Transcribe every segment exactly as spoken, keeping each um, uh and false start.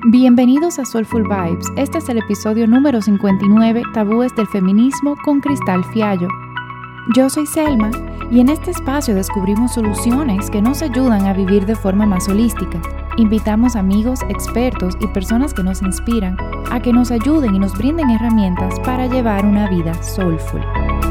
Bienvenidos a Soulful Vibes. Este es el episodio número cincuenta y nueve, Tabúes del Feminismo con Cristal Fiallo. Yo soy Selma y en este espacio descubrimos soluciones que nos ayudan a vivir de forma más holística. Invitamos amigos, expertos y personas que nos inspiran a que nos ayuden y nos brinden herramientas para llevar una vida soulful.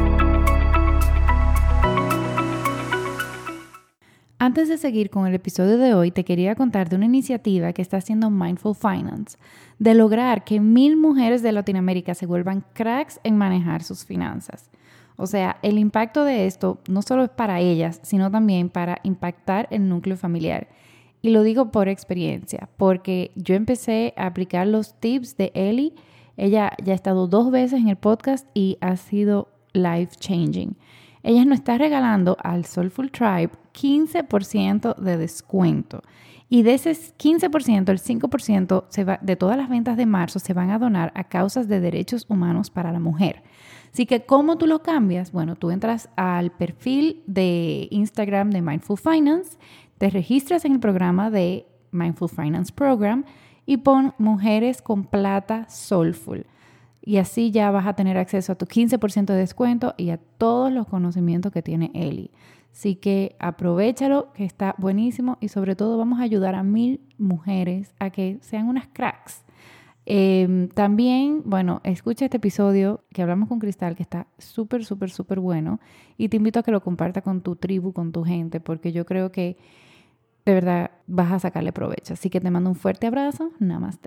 Antes de seguir con el episodio de hoy, te quería contar de una iniciativa que está haciendo Mindful Finance, de lograr que mil mujeres de Latinoamérica se vuelvan cracks en manejar sus finanzas. O sea, el impacto de esto no solo es para ellas, sino también para impactar el núcleo familiar. Y lo digo por experiencia, porque yo empecé a aplicar los tips de Eli. Ella ya ha estado dos veces en el podcast y ha sido life changing. Ella nos está regalando al Soulful Tribe quince por ciento de descuento. Y de ese quince por ciento, el cinco por ciento se va, de todas las ventas de marzo se van a donar a causas de derechos humanos para la mujer. Así que, ¿cómo tú lo cambias? Bueno, tú entras al perfil de Instagram de Mindful Finance, te registras en el programa de Mindful Finance Program y pon Mujeres con Plata Soulful. Y así ya vas a tener acceso a tu quince por ciento de descuento y a todos los conocimientos que tiene Eli. Así que aprovéchalo, que está buenísimo, y sobre todo vamos a ayudar a mil mujeres a que sean unas cracks. Eh, también, bueno, escucha este episodio que hablamos con Cristal, que está súper, súper, súper bueno, y te invito a que lo compartas con tu tribu, con tu gente, porque yo creo que de verdad vas a sacarle provecho. Así que te mando un fuerte abrazo. Namaste.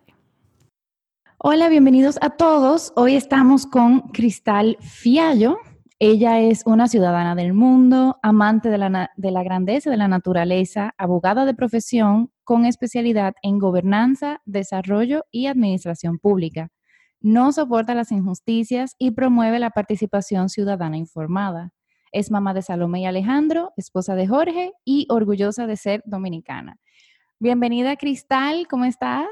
Hola, bienvenidos a todos. Hoy estamos con Cristal Fiallo. Ella es una ciudadana del mundo, amante de la, de la grandeza de la naturaleza, abogada de profesión con especialidad en gobernanza, desarrollo y administración pública. No soporta las injusticias y promueve la participación ciudadana informada. Es mamá de Salomé y Alejandro, esposa de Jorge y orgullosa de ser dominicana. Bienvenida, Cristal, ¿cómo estás?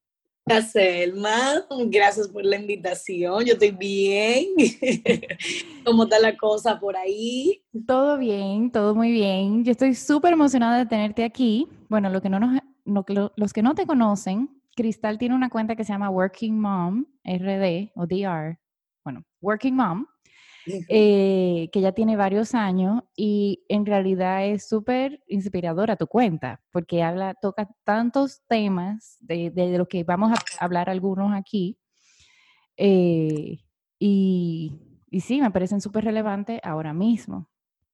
Selma, gracias por la invitación, yo estoy bien. ¿Cómo está la cosa por ahí? Todo bien, todo muy bien. Yo estoy súper emocionada de tenerte aquí. Bueno, lo que no nos, no, lo, los que no te conocen, Cristal tiene una cuenta que se llama Working Mom, R D o D R, bueno, Working Mom, eh, que ya tiene varios años y en realidad es súper inspiradora tu cuenta, porque habla, toca tantos temas de, de, de los que vamos a hablar algunos aquí, eh, y, y sí, me parecen súper relevantes ahora mismo.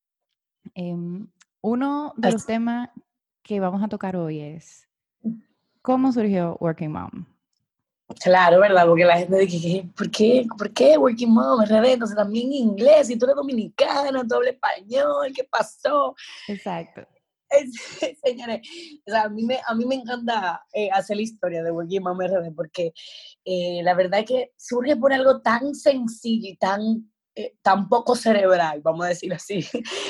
Eh, uno de los temas que vamos a tocar hoy es ¿cómo surgió Working Mom? Claro, ¿verdad? Porque la gente dice, ¿por qué? ¿Por qué Working Mom? R D, entonces también inglés, y tú eres dominicana, tú hablas español, ¿qué pasó? Exacto. Señores, o sea, a, mí me, a mí me encanta eh, hacer la historia de Working Mom R D, porque eh, la verdad es que surge por algo tan sencillo y tan, eh, tan poco cerebral, vamos a decirlo así.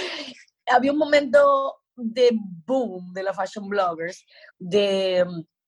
Había un momento de boom de los fashion bloggers, de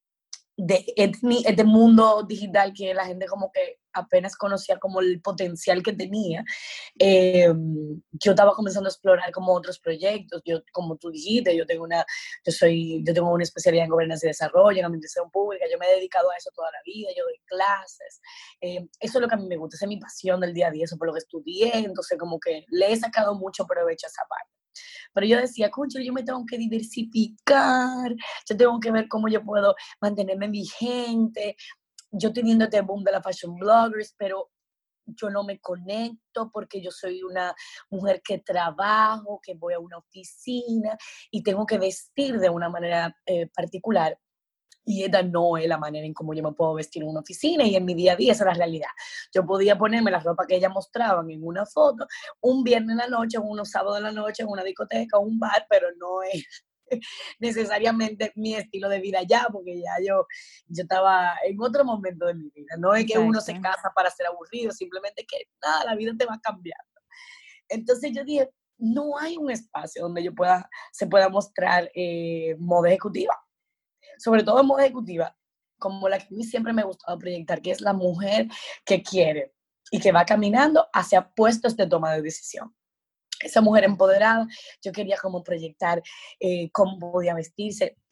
de este, este mundo digital que la gente como que apenas conocía como el potencial que tenía. Eh, yo estaba comenzando a explorar como otros proyectos. Yo, como tú dijiste, yo tengo una, yo soy, yo tengo una especialidad en gobernanza y desarrollo, en administración pública. Yo me he dedicado a eso toda la vida. Yo doy clases. Eh, eso es lo que a mí me gusta, esa es mi pasión del día a día, eso por lo que estudié. Entonces como que le he sacado mucho provecho a esa parte. Pero yo decía, concho, yo me tengo que diversificar, yo tengo que ver cómo yo puedo mantenerme vigente. Yo teniendo este boom de la fashion bloggers, pero yo no me conecto porque yo soy una mujer que trabajo, que voy a una oficina y tengo que vestir de una manera eh, particular. Y esta no es la manera en cómo yo me puedo vestir en una oficina y en mi día a día, esa es la realidad. Yo podía ponerme la ropa que ellas mostraban en una foto un viernes en la noche, un sábado en la noche, en una discoteca, un bar, pero no es necesariamente mi estilo de vida ya, porque ya yo, yo estaba en otro momento de mi vida. No es que Exacto. Uno se casa para ser aburrido, simplemente que nada, la vida te va cambiando. Entonces yo dije, no hay un espacio donde yo pueda, se pueda mostrar eh, moda ejecutiva. Sobre todo en moda ejecutiva, como la que a mí siempre me ha gustado proyectar, que es la mujer que quiere y que va caminando hacia puestos de toma de decisión. Esa mujer empoderada, yo quería como proyectar eh, cómo podía vestirse.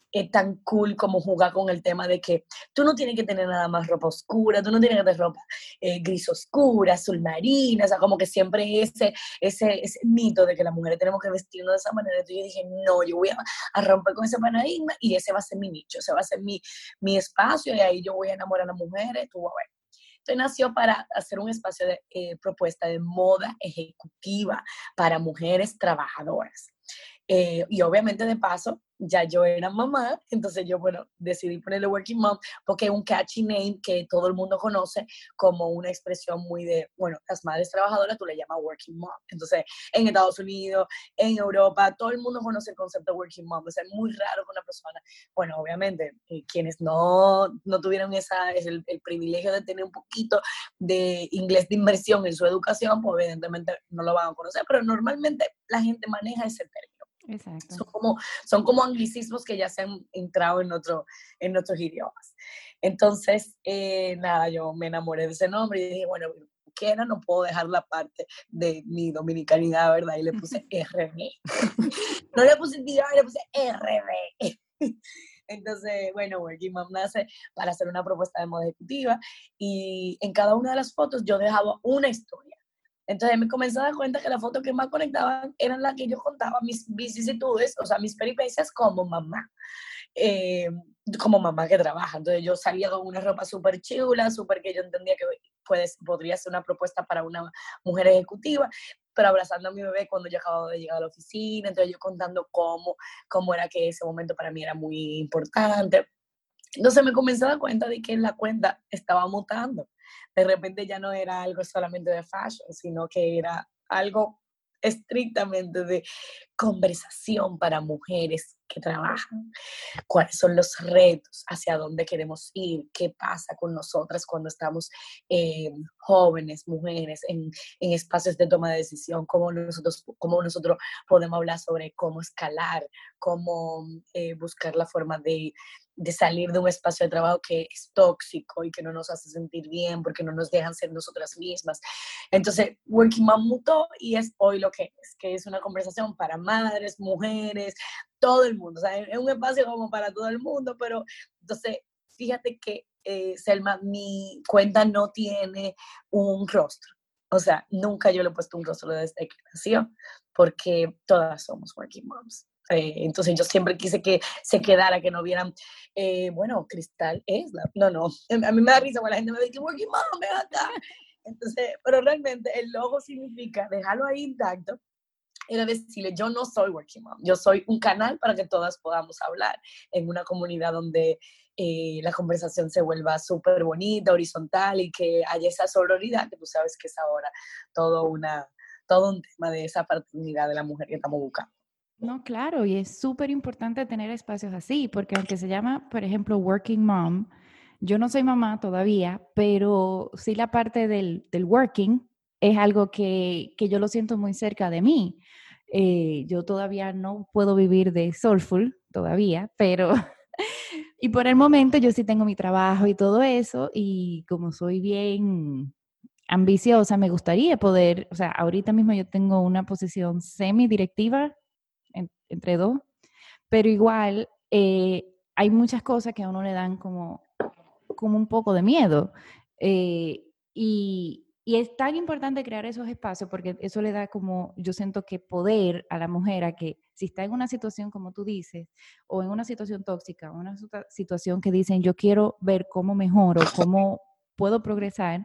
eh, tan cool como jugar con el tema de que tú no tienes que tener nada más ropa oscura, tú no tienes que tener ropa eh, gris oscura, azul marina, o sea, como que siempre ese, ese, ese mito de que las mujeres tenemos que vestirnos de esa manera. Entonces yo dije, no, yo voy a, a romper con ese paradigma y ese va a ser mi nicho, ese va a ser mi, mi espacio y ahí yo voy a enamorar a las mujeres, tú vas a ver. Entonces nació para hacer un espacio de eh, propuesta de moda ejecutiva para mujeres trabajadoras. Eh, y obviamente de paso, ya yo era mamá, entonces yo, bueno, decidí ponerle Working Mom porque es un catchy name que todo el mundo conoce como una expresión muy de, bueno, las madres trabajadoras tú le llamas Working Mom. Entonces, en Estados Unidos, en Europa, todo el mundo conoce el concepto de Working Mom. O sea, es muy raro que una persona, bueno, obviamente, eh, quienes no, no tuvieron esa, es el, el privilegio de tener un poquito de inglés de inversión en su educación, pues evidentemente no lo van a conocer, pero normalmente la gente maneja ese término. Exacto. Son como, son como anglicismos que ya se han entrado en, otro, en otros idiomas. Entonces, eh, nada, yo me enamoré de ese nombre y dije, bueno, quiera, no puedo dejar la parte de mi dominicanidad, ¿verdad? Y le puse R B. No le puse tía, le puse R B. Entonces, bueno, Working Mom nace para hacer una propuesta de moda ejecutiva y en cada una de las fotos yo dejaba una historia. Entonces me comencé a dar cuenta que las fotos que más conectaban eran las que yo contaba, mis vicisitudes, o sea, mis peripecias como mamá, eh, como mamá que trabaja. Entonces yo salía con una ropa súper chula, súper que yo entendía que pues, podría ser una propuesta para una mujer ejecutiva, pero abrazando a mi bebé cuando yo acababa de llegar a la oficina, entonces yo contando cómo, cómo era que ese momento para mí era muy importante. Entonces me comencé a dar cuenta de que la cuenta estaba mutando. De repente ya no era algo solamente de fashion, sino que era algo estrictamente de conversación para mujeres que trabajan. ¿Cuáles son los retos? ¿Hacia dónde queremos ir? ¿Qué pasa con nosotras cuando estamos eh, jóvenes, mujeres, en, en espacios de toma de decisión? ¿Cómo nosotros, cómo nosotros podemos hablar sobre cómo escalar? ¿Cómo eh, buscar la forma de de salir de un espacio de trabajo que es tóxico y que no nos hace sentir bien porque no nos dejan ser nosotras mismas? Entonces, Working Mom mutó y es hoy lo que es, que es una conversación para madres, mujeres, todo el mundo. O sea, es un espacio como para todo el mundo, pero entonces, fíjate que, eh, Selma, mi cuenta no tiene un rostro. O sea, nunca yo le he puesto un rostro desde que nació, porque todas somos Working Moms. Eh, entonces yo siempre quise que se quedara, que no vieran, eh, bueno, Cristal es la... No, no, a mí me da risa cuando la gente me dice, Working Mom, ven acá. Entonces, pero realmente el logo significa dejarlo ahí intacto, era decirle, yo no soy Working Mom, yo soy un canal para que todas podamos hablar en una comunidad donde eh, la conversación se vuelva súper bonita, horizontal y que haya esa sororidad, que tú sabes que es ahora todo, una, todo un tema de esa paternidad de la mujer que estamos buscando. No, claro, y es súper importante tener espacios así, porque aunque se llama, por ejemplo, Working Mom, yo no soy mamá todavía, pero sí la parte del, del working es algo que, que yo lo siento muy cerca de mí. Eh, yo todavía no puedo vivir de soulful, todavía, pero... Y por el momento yo sí tengo mi trabajo y todo eso, y como soy bien ambiciosa, me gustaría poder, o sea, ahorita mismo yo tengo una posición semi-directiva en, entre dos, pero igual eh, hay muchas cosas que a uno le dan como, como un poco de miedo. Eh, y, y es tan importante crear esos espacios porque eso le da como, yo siento que poder a la mujer a que si está en una situación como tú dices, o en una situación tóxica, o en una situación que dicen yo quiero ver cómo mejoro, cómo puedo progresar,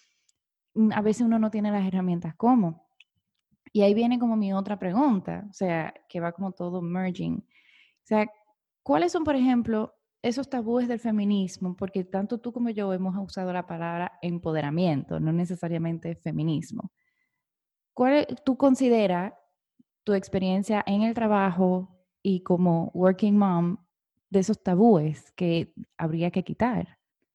a veces uno no tiene las herramientas cómo. Y ahí viene como mi otra pregunta, o sea, que va como todo merging. O sea, ¿cuáles son, por ejemplo, esos tabúes del feminismo? Porque tanto tú como yo hemos usado la palabra empoderamiento, no necesariamente feminismo. ¿Cuál tú consideras tu experiencia en el trabajo y como working mom de esos tabúes que habría que quitar?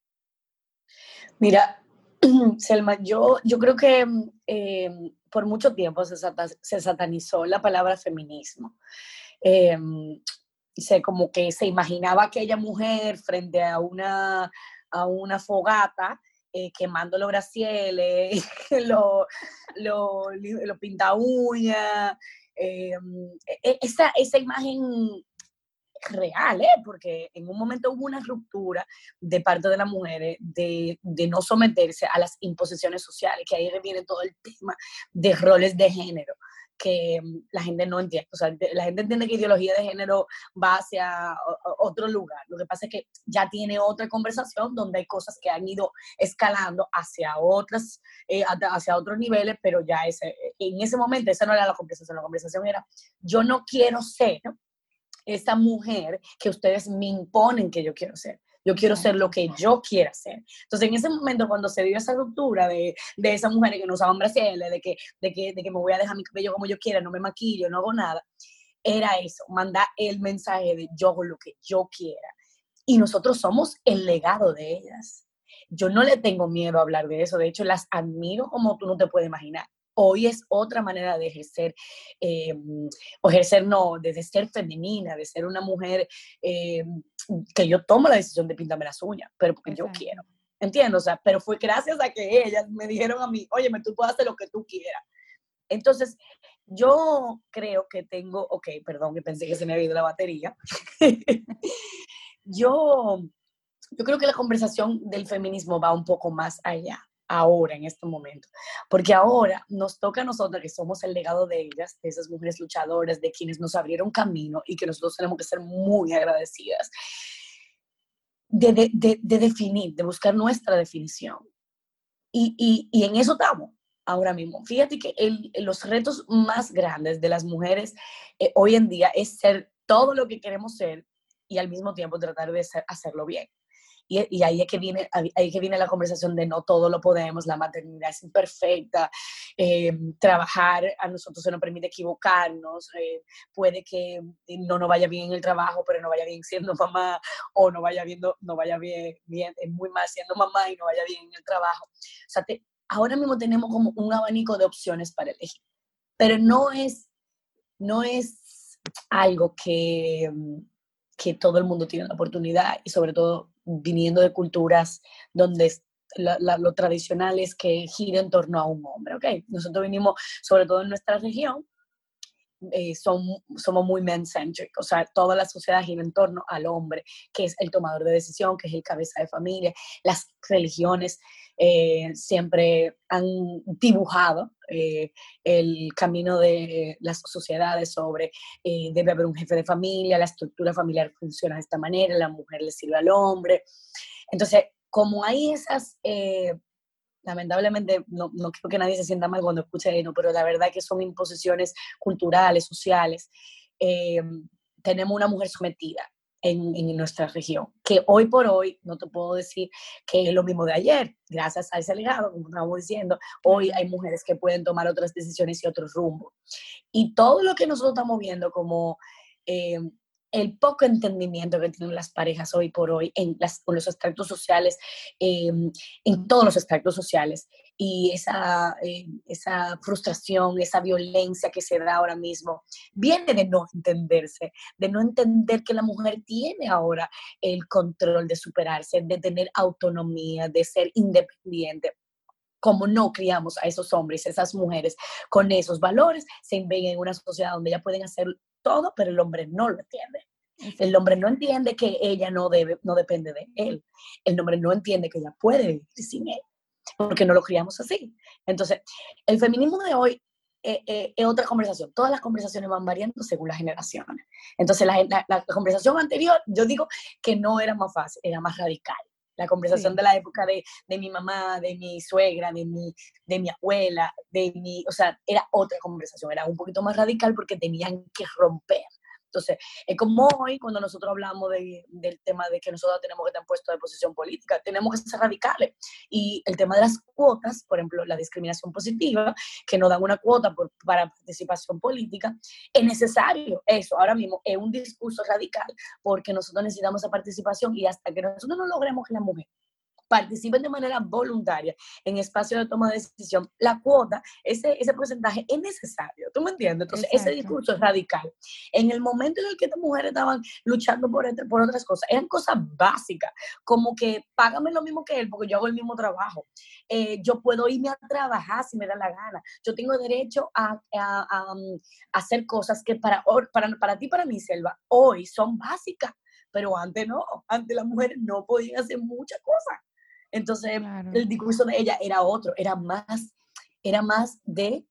Mira, Selma, yo, yo creo que eh, por mucho tiempo se, sata, se satanizó la palabra feminismo. Eh, se, como que se imaginaba aquella mujer frente a una, a una fogata eh, quemando los brasieles, los lo, lo, lo pinta uñas, eh, esa, esa imagen real, ¿eh? Porque en un momento hubo una ruptura de parte de las mujeres de, de no someterse a las imposiciones sociales, que ahí viene todo el tema de roles de género, que la gente no entiende. O sea, la gente entiende que ideología de género va hacia otro lugar. Lo que pasa es que ya tiene otra conversación donde hay cosas que han ido escalando hacia otras, eh, hacia otros niveles, pero ya ese, en ese momento esa no era la conversación. La conversación era, yo no quiero ser, ¿no?, esa mujer que ustedes me imponen que yo quiero ser. Yo quiero ser lo que yo quiera ser. Entonces, en ese momento, cuando se dio esa ruptura de, de esa mujer que no usaban brasiles, de que, de, que, de que me voy a dejar mi cabello como yo quiera, no me maquillo, no hago nada, era eso, mandar el mensaje de yo hago lo que yo quiera. Y nosotros somos el legado de ellas. Yo no le tengo miedo a hablar de eso. De hecho, las admiro como tú no te puedes imaginar. Hoy es otra manera de ejercer, eh, o ejercer no, de ser femenina, de ser una mujer eh, que yo tomo la decisión de pintarme las uñas, pero porque Exacto. yo quiero. ¿Entiendes? O sea, pero fue gracias a que ellas me dijeron a mí, oye, tú puedes hacer lo que tú quieras. Entonces, yo creo que tengo, ok, perdón, que pensé que se me había ido la batería. yo, yo creo que la conversación del feminismo va un poco más allá. Ahora, en este momento, porque ahora nos toca a nosotros, que somos el legado de ellas, de esas mujeres luchadoras, de quienes nos abrieron camino y que nosotros tenemos que ser muy agradecidas, de, de, de, de definir, de buscar nuestra definición. Y, y, y en eso estamos ahora mismo. Fíjate que el, los retos más grandes de las mujeres eh, hoy en día es ser todo lo que queremos ser y al mismo tiempo tratar de ser, hacerlo bien. Y, y ahí, es que viene, ahí es que viene la conversación de no todo lo podemos, la maternidad es imperfecta, eh, trabajar a nosotros se nos permite equivocarnos, eh, puede que no nos vaya bien en el trabajo, pero no vaya bien siendo mamá, o no vaya, viendo, no vaya bien, bien, muy mal siendo mamá y no vaya bien en el trabajo. O sea, te, ahora mismo tenemos como un abanico de opciones para elegir, pero no es, no es algo que, que todo el mundo tiene la oportunidad, y sobre todo viniendo de culturas donde la, la, lo tradicional es que gira en torno a un hombre, ¿ok? Nosotros venimos, sobre todo en nuestra región, eh, son, somos muy men-centric, o sea, toda la sociedad gira en torno al hombre, que es el tomador de decisión, que es el cabeza de familia. Las religiones eh, siempre han dibujado eh, el camino de las sociedades sobre eh, debe haber un jefe de familia, la estructura familiar funciona de esta manera, la mujer le sirve al hombre. Entonces, como hay esas... Eh, lamentablemente, no, no quiero que nadie se sienta mal cuando escuche eso, pero la verdad es que son imposiciones culturales, sociales. Eh, tenemos una mujer sometida en, en nuestra región, que hoy por hoy, no te puedo decir que es lo mismo de ayer, gracias a ese legado, como estamos diciendo, hoy hay mujeres que pueden tomar otras decisiones y otros rumbos. Y todo lo que nosotros estamos viendo como... Eh, el poco entendimiento que tienen las parejas hoy por hoy en, las, en los extractos sociales, eh, en todos los extractos sociales, y esa, eh, esa frustración, esa violencia que se da ahora mismo, viene de no entenderse, de no entender que la mujer tiene ahora el control de superarse, de tener autonomía, de ser independiente. Como no criamos a esos hombres, esas mujeres con esos valores, se ven en una sociedad donde ya pueden hacer todo, pero el hombre no lo entiende. El hombre no entiende que ella no, debe, no depende de él. El hombre no entiende que ella puede vivir sin él, porque no lo criamos así. Entonces, el feminismo de hoy eh, eh, es otra conversación. Todas las conversaciones van variando según las generaciones. Entonces, la, la, la conversación anterior, yo digo que no era más fácil, era más radical. La conversación sí. de la época de, de mi mamá, de mi suegra, de mi, de mi abuela, de mi, o sea, era otra conversación, era un poquito más radical porque tenían que romper. Entonces, es como hoy cuando nosotros hablamos de, del tema de que nosotros tenemos que estar en puestos de posición política, tenemos que ser radicales. Y el tema de las cuotas, por ejemplo, la discriminación positiva, que nos dan una cuota por, para participación política, es necesario eso. Ahora mismo es un discurso radical porque nosotros necesitamos esa participación, y hasta que nosotros no logremos que la mujer participen de manera voluntaria en espacios de toma de decisión, la cuota, ese, ese porcentaje es necesario, ¿tú me entiendes? Entonces, Exacto. ese discurso es radical. En el momento en el que estas mujeres estaban luchando por, entre, por otras cosas, eran cosas básicas, como que págame lo mismo que él, porque yo hago el mismo trabajo. Eh, yo puedo irme a trabajar si me da la gana. Yo tengo derecho a, a, a, a hacer cosas que para, para, para ti, para mí, Selva, hoy son básicas, pero antes no, antes las mujeres no podían hacer muchas cosas. Entonces, Claro. el discurso de ella era otro, era más, era más de,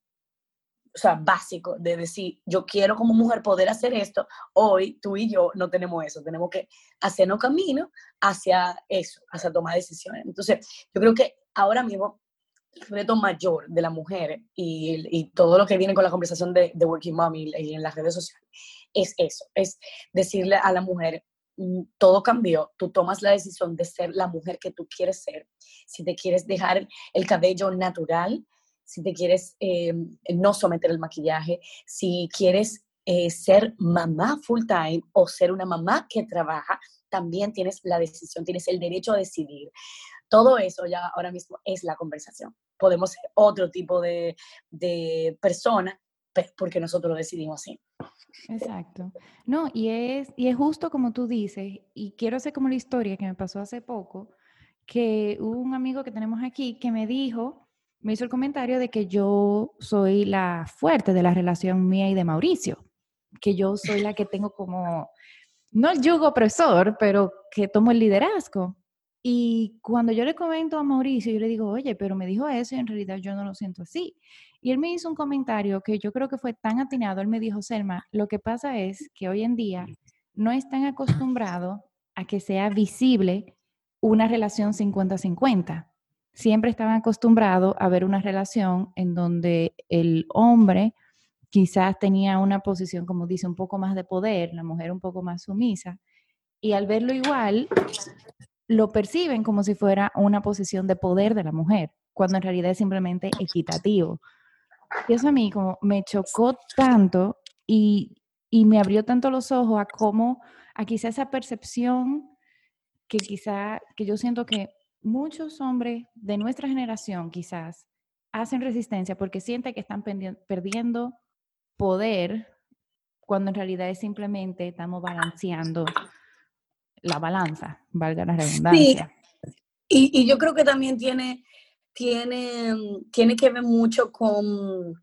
o sea, básico, de decir, yo quiero como mujer poder hacer esto. Hoy tú y yo no tenemos eso, tenemos que hacernos camino hacia eso, hacia tomar decisiones. Entonces, yo creo que ahora mismo el reto mayor de las mujeres y, y todo lo que viene con la conversación de, de Working Mom y, y en las redes sociales es eso, es decirle a la mujer, todo cambió, tú tomas la decisión de ser la mujer que tú quieres ser, si te quieres dejar el cabello natural, si te quieres eh, no someter el maquillaje, si quieres eh, ser mamá full time o ser una mamá que trabaja, también tienes la decisión, tienes el derecho a decidir. Todo eso ya ahora mismo es la conversación. Podemos ser otro tipo de, de persona, porque nosotros lo decidimos así. Exacto. No, y es, y es justo como tú dices, y quiero hacer como la historia que me pasó hace poco, que hubo un amigo que tenemos aquí que me dijo, me hizo el comentario de que yo soy la fuerte de la relación mía y de Mauricio, que yo soy la que tengo como, no el yugo opresor, pero que tomo el liderazgo. Y cuando yo le comento a Mauricio, yo le digo, oye, pero me dijo eso y en realidad yo no lo siento así. Y él me hizo un comentario que yo creo que fue tan atinado. Él me dijo, Selma, lo que pasa es que hoy en día no están acostumbrados a que sea visible una relación cincuenta cincuenta. Siempre estaban acostumbrados a ver una relación en donde el hombre quizás tenía una posición, como dice, un poco más de poder, la mujer un poco más sumisa. Y al verlo igual, lo perciben como si fuera una posición de poder de la mujer, cuando en realidad es simplemente equitativo. Y eso a mí como me chocó tanto y, y me abrió tanto los ojos a cómo, a quizá esa percepción que quizá, que yo siento que muchos hombres de nuestra generación quizás hacen resistencia porque sienten que están perdiendo poder cuando en realidad es simplemente estamos balanceando la balanza, valga la redundancia. Sí, y, y yo creo que también tiene, tiene, tiene que ver mucho con,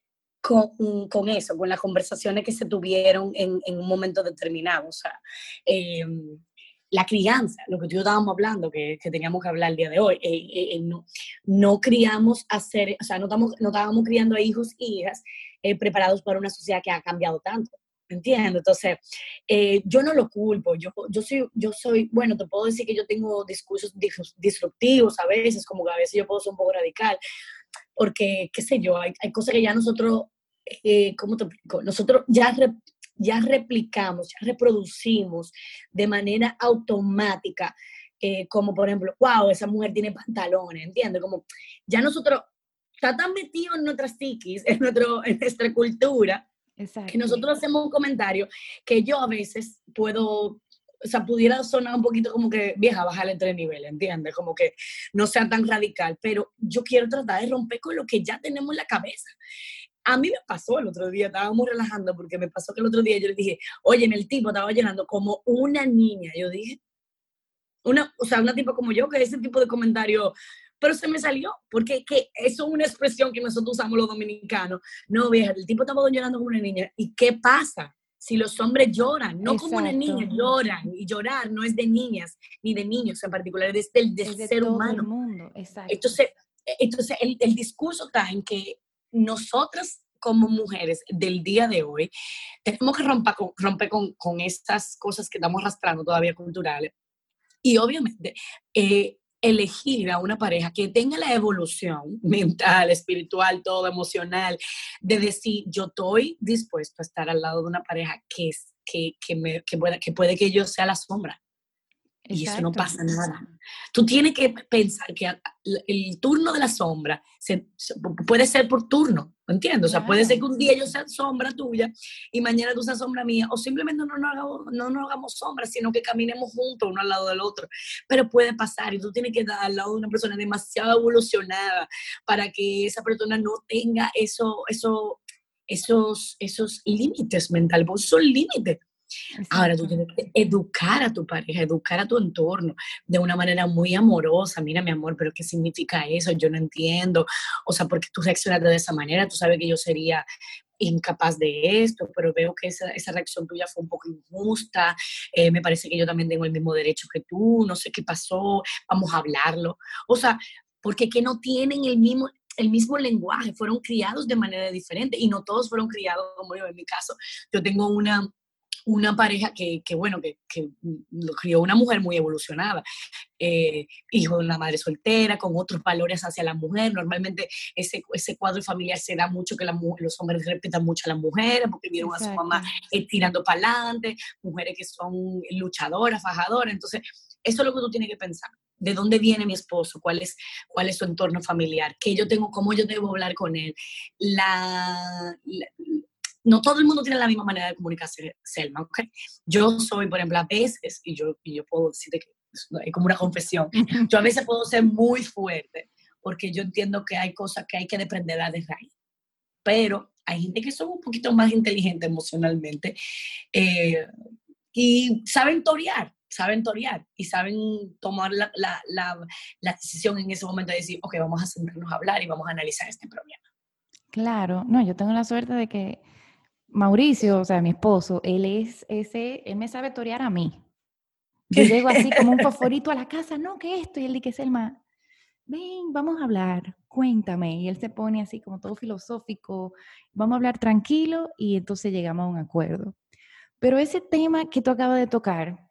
con, con eso, con las conversaciones que se tuvieron en, en un momento determinado. O sea, eh, la crianza, lo que tú y yo estábamos hablando, que, que teníamos que hablar el día de hoy, eh, eh, no, no criamos a ser, o sea, no, estamos, no estábamos criando a hijos e hijas eh, preparados para una sociedad que ha cambiado tanto. ¿Entiendes? Entonces, eh, yo no lo culpo, yo, yo, soy, yo soy, bueno, te puedo decir que yo tengo discursos disruptivos a veces, como que a veces yo puedo ser un poco radical, porque, qué sé yo, hay, hay cosas que ya nosotros, eh, ¿cómo te explico? Nosotros ya, re, ya replicamos, ya reproducimos de manera automática, eh, como por ejemplo, wow, esa mujer tiene pantalones, ¿entiendes? Como ya nosotros, está tan metido en nuestra psiquis, en, nuestro, en nuestra cultura, Exacto. que nosotros hacemos un comentario que yo a veces puedo, o sea, pudiera sonar un poquito como que, vieja, bájale tres niveles, ¿entiendes? Como que no sea tan radical, pero yo quiero tratar de romper con lo que ya tenemos en la cabeza. A mí me pasó el otro día, estábamos relajando, porque me pasó que el otro día yo le dije, oye, en el tipo estaba llenando como una niña, yo dije, una, o sea, una tipo como yo, que ese tipo de comentario, pero se me salió, porque que eso es una expresión que nosotros usamos los dominicanos. No, vieja, el tipo estaba llorando como una niña. ¿Y qué pasa? Si los hombres lloran, no Exacto. como una niña, lloran. Y llorar no es de niñas, ni de niños en particular, es del, del es de ser todo humano. El mundo. Exacto. Entonces, entonces el, el discurso está en que nosotras como mujeres del día de hoy tenemos que romper con, romper con, con estas cosas que estamos arrastrando todavía culturales. Y obviamente, eh, elegir a una pareja que tenga la evolución mental, espiritual, todo emocional, de decir, yo estoy dispuesto a estar al lado de una pareja que, es, que, que, me, que, puede, que puede que yo sea la sombra. Exacto. Y eso no pasa nada. Tú tienes que pensar que el turno de la sombra se, puede ser por turno, ¿entiendes? Claro. O sea, puede ser que un día yo sea sombra tuya y mañana tú seas sombra mía, o simplemente no nos hagamos, no nos hagamos sombra, sino que caminemos juntos uno al lado del otro. Pero puede pasar y tú tienes que estar al lado de una persona demasiado evolucionada para que esa persona no tenga eso, eso, esos, esos límites mentales, porque son límites. Exacto. Ahora tú tienes que educar a tu pareja, educar a tu entorno de una manera muy amorosa. Mira, mi amor, pero ¿qué significa eso? Yo no entiendo. O sea, ¿por qué tú reaccionas de esa manera? Tú sabes que yo sería incapaz de esto, pero veo que esa, esa reacción tuya fue un poco injusta. Eh, me parece que yo también tengo el mismo derecho que tú. No sé qué pasó. Vamos a hablarlo. O sea, porque que no tienen el mismo... el mismo lenguaje, fueron criados de manera diferente y no todos fueron criados como yo. En mi caso, yo tengo una una pareja que, que bueno, que, que lo crió una mujer muy evolucionada, eh, hijo de una madre soltera, con otros valores hacia la mujer. Normalmente ese, ese cuadro familiar se da mucho que la, los hombres respetan mucho a las mujeres porque vieron Exacto. a su mamá eh, tirando para adelante, mujeres que son luchadoras, fajadoras. Entonces, eso es lo que tú tienes que pensar. ¿De dónde viene mi esposo? ¿Cuál es, cuál es su entorno familiar? ¿Qué yo tengo? ¿Cómo yo debo hablar con él? La... la No todo el mundo tiene la misma manera de comunicarse, Selma, ¿ok? Yo soy, por ejemplo, a veces, y yo, y yo puedo decirte que es como una confesión, yo a veces puedo ser muy fuerte, porque yo entiendo que hay cosas que hay que desprenderlas de raíz. Pero hay gente que son un poquito más inteligente emocionalmente eh, y saben torear, saben torear y saben tomar la, la, la, la decisión en ese momento de decir, ok, vamos a sentarnos a hablar y vamos a analizar este problema. Claro, no, yo tengo la suerte de que Mauricio, o sea, mi esposo, él es ese, él me sabe torear a mí. Yo llego así como un fosforito a la casa, no, ¿qué es esto? Y él dice, Selma, ven, vamos a hablar, cuéntame. Y él se pone así como todo filosófico, vamos a hablar tranquilo y entonces llegamos a un acuerdo. Pero ese tema que tú acabas de tocar,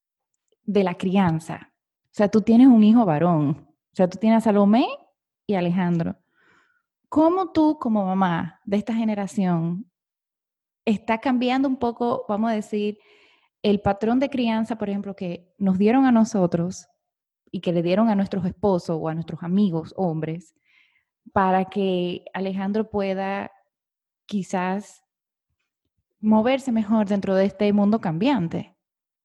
de la crianza, o sea, tú tienes un hijo varón, o sea, tú tienes a Salomé y a Alejandro. ¿Cómo tú, como mamá de esta generación, está cambiando un poco, vamos a decir, el patrón de crianza, por ejemplo, que nos dieron a nosotros y que le dieron a nuestros esposos o a nuestros amigos hombres, para que Alejandro pueda quizás moverse mejor dentro de este mundo cambiante?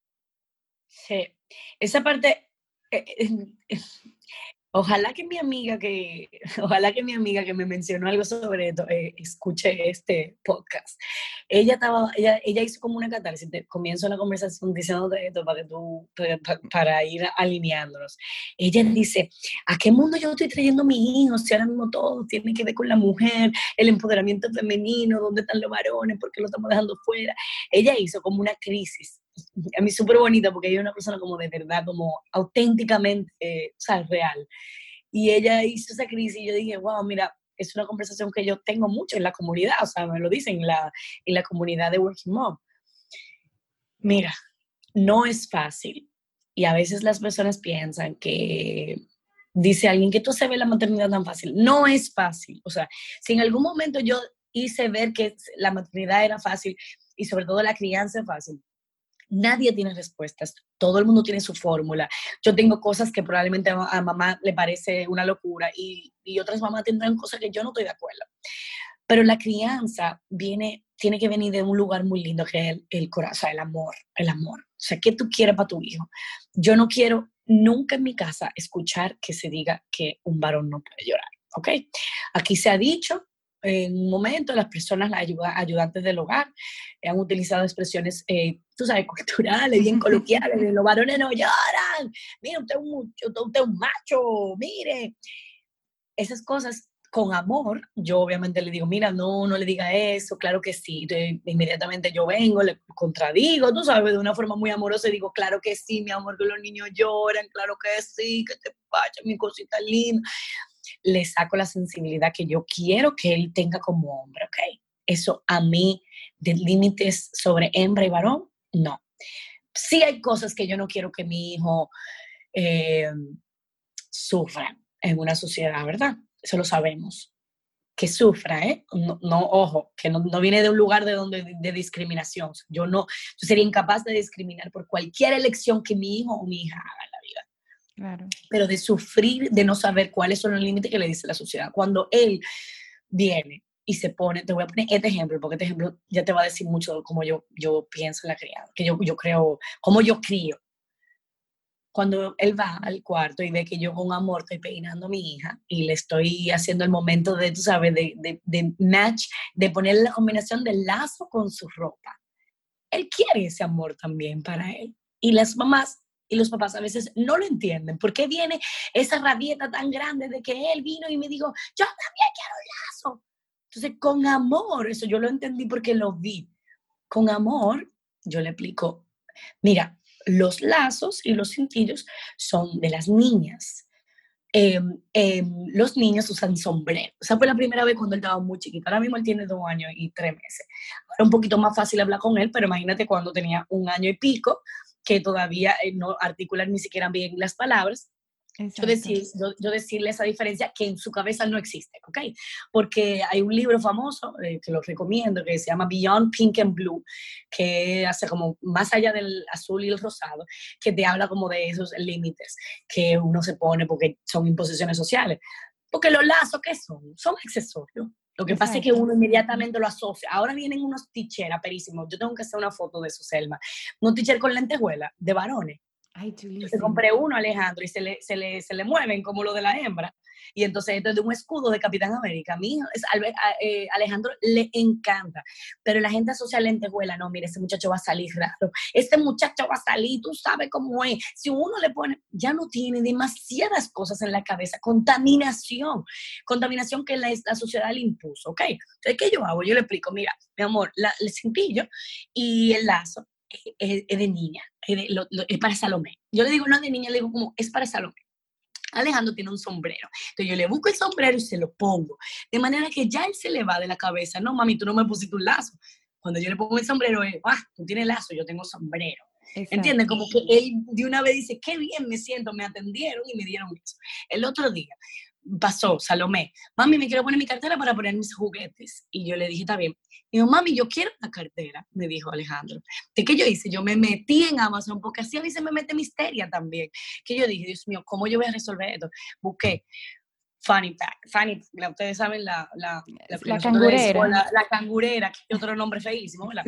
Sí, esa parte... Eh, eh, Ojalá que mi amiga que, ojalá que mi amiga que me mencionó algo sobre esto, eh, escuche este podcast. Ella estaba, ella, ella hizo como una catarsis. Te comienzo la conversación diciéndote esto para que tú, para, para ir alineándonos. Ella dice, ¿a qué mundo yo estoy trayendo a mi hijo? Si ahora mismo todo tiene que ver con la mujer, el empoderamiento femenino, ¿dónde están los varones? ¿Por qué lo estamos dejando fuera? Ella hizo como una crisis. A mí súper bonita porque ella es una persona como de verdad, como auténticamente, eh, o sea, real. Y ella hizo esa crisis y yo dije, wow, mira, es una conversación que yo tengo mucho en la comunidad, o sea, me lo dicen en la, en la comunidad de Working Mom. Mira, no es fácil. Y a veces las personas piensan que dice alguien que tú se ve la maternidad tan fácil. No es fácil. O sea, si en algún momento yo hice ver que la maternidad era fácil y sobre todo la crianza es fácil, nadie tiene respuestas, todo el mundo tiene su fórmula. Yo tengo cosas que probablemente a mamá le parece una locura y, y otras mamás tendrán cosas que yo no estoy de acuerdo. Pero la crianza viene, tiene que venir de un lugar muy lindo que es el, el corazón, el amor, el amor. O sea, ¿qué tú quieres para tu hijo? Yo no quiero nunca en mi casa escuchar que se diga que un varón no puede llorar, ¿ok? Aquí se ha dicho, en un momento las personas, las ayuda, ayudantes del hogar, eh, han utilizado expresiones, eh, tú sabes, culturales, bien coloquiales, de los varones no lloran, mire, usted es un, usted es un macho, mire. Esas cosas con amor, yo obviamente le digo, mira, no, no le diga eso, claro que sí. Entonces, inmediatamente yo vengo, le contradigo, tú sabes, de una forma muy amorosa y digo, claro que sí, mi amor, que los niños lloran, claro que sí, que te pasa, mi cosita linda. Le saco la sensibilidad que yo quiero que él tenga como hombre, ¿ok? Eso a mí, de límites sobre hembra y varón, no. Sí hay cosas que yo no quiero que mi hijo eh, sufra en una sociedad, ¿verdad? Eso lo sabemos. Que sufra, ¿eh? No, no ojo, que no, no viene de un lugar de, donde, de, de discriminación. Yo no, yo sería incapaz de discriminar por cualquier elección que mi hijo o mi hija haga en la vida. Claro. pero de sufrir, de no saber cuáles son los límites que le dice la sociedad. Cuando él viene y se pone, te voy a poner este ejemplo, porque este ejemplo ya te va a decir mucho de cómo yo, yo pienso en la crianza, que yo, yo creo, cómo yo crío. Cuando él va al cuarto y ve que yo con amor estoy peinando a mi hija y le estoy haciendo el momento de, tú sabes, de, de, de match, de ponerle la combinación del lazo con su ropa. Él quiere ese amor también para él. Y las mamás y los papás a veces no lo entienden. ¿Por qué viene esa rabieta tan grande de que él vino y me dijo, yo también quiero un lazo? Entonces, con amor, eso yo lo entendí porque lo vi. Con amor, yo le explico, mira, los lazos y los cintillos son de las niñas. Eh, eh, los niños usan sombrero. O sea, fue la primera vez cuando él estaba muy chiquito. Ahora mismo él tiene dos años y tres meses. Ahora un poquito más fácil hablar con él, pero imagínate cuando tenía un año y pico, que todavía eh, no articular ni siquiera bien las palabras. Yo, decir, yo, yo decirle esa diferencia que en su cabeza no existe, ¿ok? Porque hay un libro famoso, eh, que lo recomiendo, que se llama Beyond Pink and Blue, que hace como más allá del azul y el rosado, que te habla como de esos límites que uno se pone porque son imposiciones sociales. Porque los lazos, ¿qué son? Son accesorios. Lo que Exacto. pasa es que uno inmediatamente lo asocia. Ahora vienen unos t-shirts perísimos. Yo tengo que hacer una foto de eso, Selma. Unos t-shirts con lentejuela de varones. Ay, chulísimo. Yo te compré uno, Alejandro, y se le, se, le, se le mueven como lo de la hembra. Y entonces esto es de un escudo de Capitán América. A mí, es, a, eh, Alejandro le encanta. Pero la gente asocia lentejuela. No, mire, ese muchacho va a salir raro. Este muchacho va a salir, tú sabes cómo es. Si uno le pone, ya no tiene demasiadas cosas en la cabeza. Contaminación. Contaminación que la, la sociedad le impuso, ¿ok? Entonces, ¿qué yo hago? Yo le explico, mira, mi amor, la, el cintillo y el lazo es, es de niña, es, de, lo, lo, es para Salomé. Yo le digo, no es de niña, le digo como, es para Salomé. Alejandro tiene un sombrero. Entonces yo le busco el sombrero y se lo pongo. De manera que ya él se le va de la cabeza. No, mami, tú no me pusiste un lazo. Cuando yo le pongo el sombrero, es, ah, tú tienes lazo, yo tengo sombrero. Exacto. ¿Entiendes? Como que él de una vez dice, qué bien me siento, me atendieron y me dieron eso. El otro día pasó Salomé, mami, me quiero poner mi cartera para poner mis juguetes. Y yo le dije, está bien. Y dijo, mami, yo quiero una cartera, me dijo Alejandro. ¿De qué yo hice? Yo me metí en Amazon, porque así a mí se me mete misteria también. Que yo dije, Dios mío, ¿cómo yo voy a resolver esto? Busqué Fanny Pack, Fanny, ustedes saben, la, la, la, la cangurera. La, la cangurera, que es otro nombre feísimo, ¿verdad?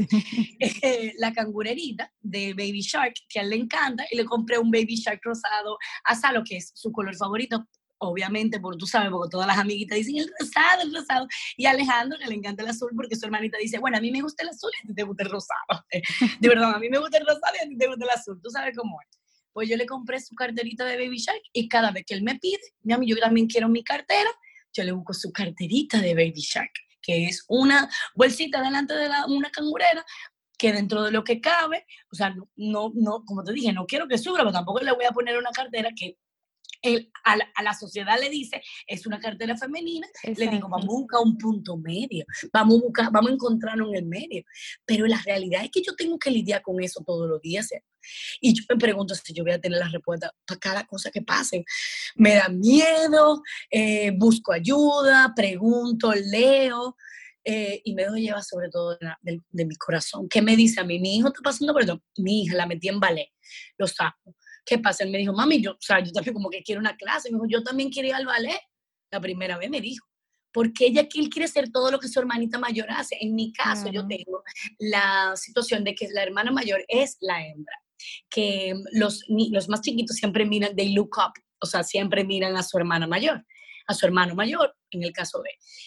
eh, la cangurerita de Baby Shark, que a él le encanta, y le compré un Baby Shark rosado a Salo, que es su color favorito. Obviamente, porque tú sabes, porque todas las amiguitas dicen el rosado, el rosado, y a Alejandro que le encanta el azul porque su hermanita dice, bueno, a mí me gusta el azul y a ti te gusta el rosado. De verdad, a mí me gusta el rosado y a ti te gusta el azul, tú sabes cómo es. Pues yo le compré su carterita de Baby Shark y cada vez que él me pide, mami, yo también quiero mi cartera, yo le busco su carterita de Baby Shark, que es una bolsita delante de la, una cangurera, que dentro de lo que cabe, o sea, no, no, no, como te dije, no quiero que sufra, pero tampoco le voy a poner una cartera que él, a, la, a la sociedad le dice, es una cartera femenina. Exacto. Le digo, vamos a buscar un punto medio, vamos a, buscar, vamos a encontrarnos en el medio. Pero la realidad es que yo tengo que lidiar con eso todos los días, ¿eh? Y yo me pregunto si yo voy a tener la respuesta para cada cosa que pase. Me da miedo, eh, busco ayuda, pregunto, leo, eh, y me doy llevar sobre todo de, de, de mi corazón. ¿Qué me dice a mí? Mi hijo está pasando por eso. Mi hija la metí en ballet, lo saco. ¿Qué pasa? Él me dijo, mami, yo, o sea, yo también como que quiero una clase. Me dijo, yo también quiero ir al ballet. La primera vez me dijo, porque ella él quiere hacer todo lo que su hermanita mayor hace. En mi caso, claro. Yo tengo la situación de que la hermana mayor es la hembra, que los, los más chiquitos siempre miran, they look up, o sea, siempre miran a su hermana mayor, a su hermano mayor, en el caso de.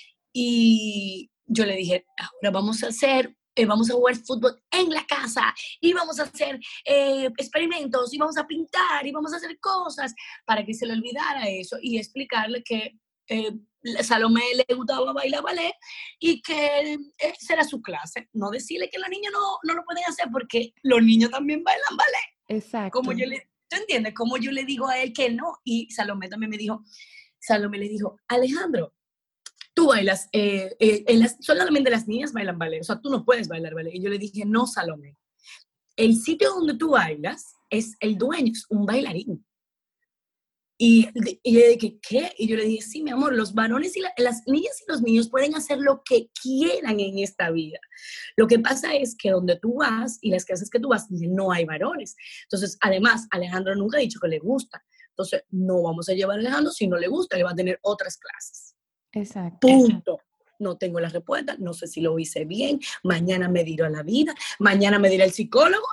Y yo le dije, ahora vamos a hacer... Eh, vamos a jugar fútbol en la casa y vamos a hacer eh, experimentos y vamos a pintar y vamos a hacer cosas para que se le olvidara eso y explicarle que eh, Salomé le gustaba bailar ballet y que esa era su clase. No decirle que los niños no, no lo pueden hacer porque los niños también bailan ballet. Exacto. Como yo le, ¿tú entiendes? Como yo le digo a él que no. Y Salomé también me dijo, Salomé le dijo, Alejandro, tú bailas, eh, eh, las, solamente las niñas bailan ballet, o sea, tú no puedes bailar ballet. Y yo le dije, no, Salomé, el sitio donde tú bailas es el dueño, es un bailarín. Y, y yo le dije, ¿qué? Y yo le dije, sí, mi amor, los varones y la, las niñas y los niños pueden hacer lo que quieran en esta vida. Lo que pasa es que donde tú vas y las clases que tú vas, no hay varones. Entonces, además, Alejandro nunca ha dicho que le gusta. Entonces, no vamos a llevar a Alejandro, si no le gusta, le va a tener otras clases. Exacto. Punto. No tengo la respuesta, no sé si lo hice bien, mañana me dirá la vida, mañana me dirá el psicólogo.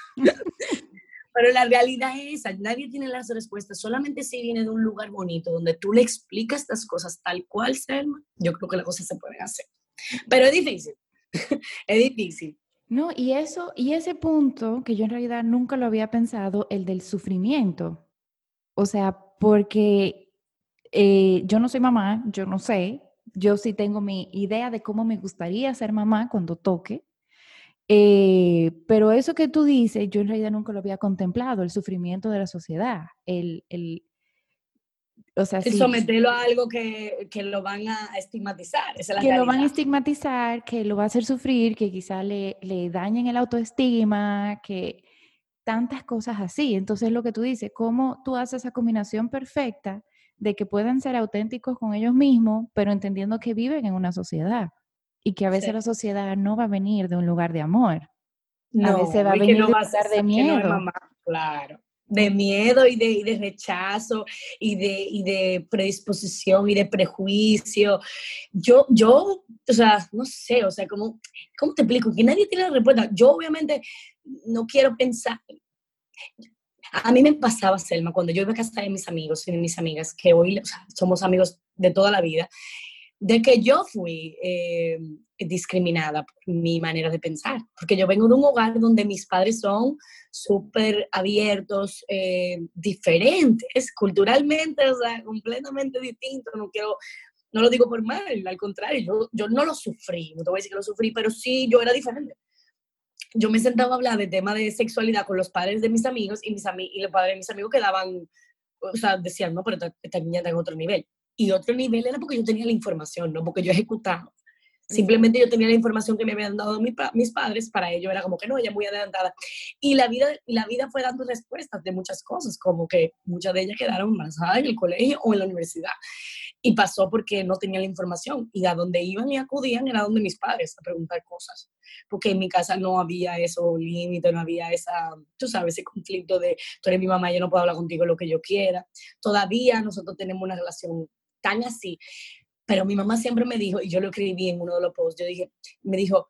Pero la realidad es esa, nadie tiene las respuestas, solamente si viene de un lugar bonito, donde tú le explicas estas cosas tal cual, Selma, yo creo que las cosas se pueden hacer. Pero es difícil, es difícil. No, y eso, y ese punto que yo en realidad nunca lo había pensado, el del sufrimiento. O sea, porque eh, yo no soy mamá, yo no sé, yo sí tengo mi idea de cómo me gustaría ser mamá cuando toque, eh, pero eso que tú dices, yo en realidad nunca lo había contemplado, el sufrimiento de la sociedad, el, el o sea, El sí, someterlo a algo que, que lo van a estigmatizar, esa es la que lo van a realidad. estigmatizar, que lo va a hacer sufrir, que quizá le, le dañen el autoestima, que tantas cosas así. Entonces, lo que tú dices, cómo tú haces esa combinación perfecta de que puedan ser auténticos con ellos mismos, pero entendiendo que viven en una sociedad y que a veces Sí. la sociedad no va a venir de un lugar de amor, a veces va No, a y que venir no de un va a ser, lugar de que no es miedo. mamá, claro. De miedo y de, y de rechazo y de, y de predisposición y de prejuicio. Yo, yo, o sea, no sé, o sea, ¿cómo, cómo te explico? Que nadie tiene la respuesta. Yo obviamente no quiero pensar. A mí me pasaba, Selma, cuando yo iba a casa de mis amigos y de mis amigas, que hoy o sea, somos amigos de toda la vida, de que yo fui eh, discriminada por mi manera de pensar, porque yo vengo de un hogar donde mis padres son súper abiertos, eh, diferentes, culturalmente, o sea, completamente distintos, no quiero, no lo digo por mal, al contrario, yo, yo no lo sufrí, no te voy a decir que lo sufrí, pero sí yo era diferente. Yo me sentaba a hablar de tema de sexualidad con los padres de mis amigos y, mis ami y los padres de mis amigos quedaban, o sea, decían, no, pero esta, esta niña está en otro nivel. Y otro nivel era porque yo tenía la información, no porque yo ejecutaba. Simplemente yo tenía la información que me habían dado mi, mis padres, para ello era como que no, ella muy adelantada. Y la vida, y la vida fue dando respuestas de muchas cosas, como que muchas de ellas quedaron embarazadas en el colegio o en la universidad. Y pasó porque no tenían la información. Y a donde iban y acudían era donde mis padres a preguntar cosas. Porque en mi casa no había eso límite, no había esa, tú sabes, ese conflicto de tú eres mi mamá, yo no puedo hablar contigo lo que yo quiera. Todavía nosotros tenemos una relación tan así. Pero mi mamá siempre me dijo, y yo lo escribí en uno de los posts, yo dije, me dijo,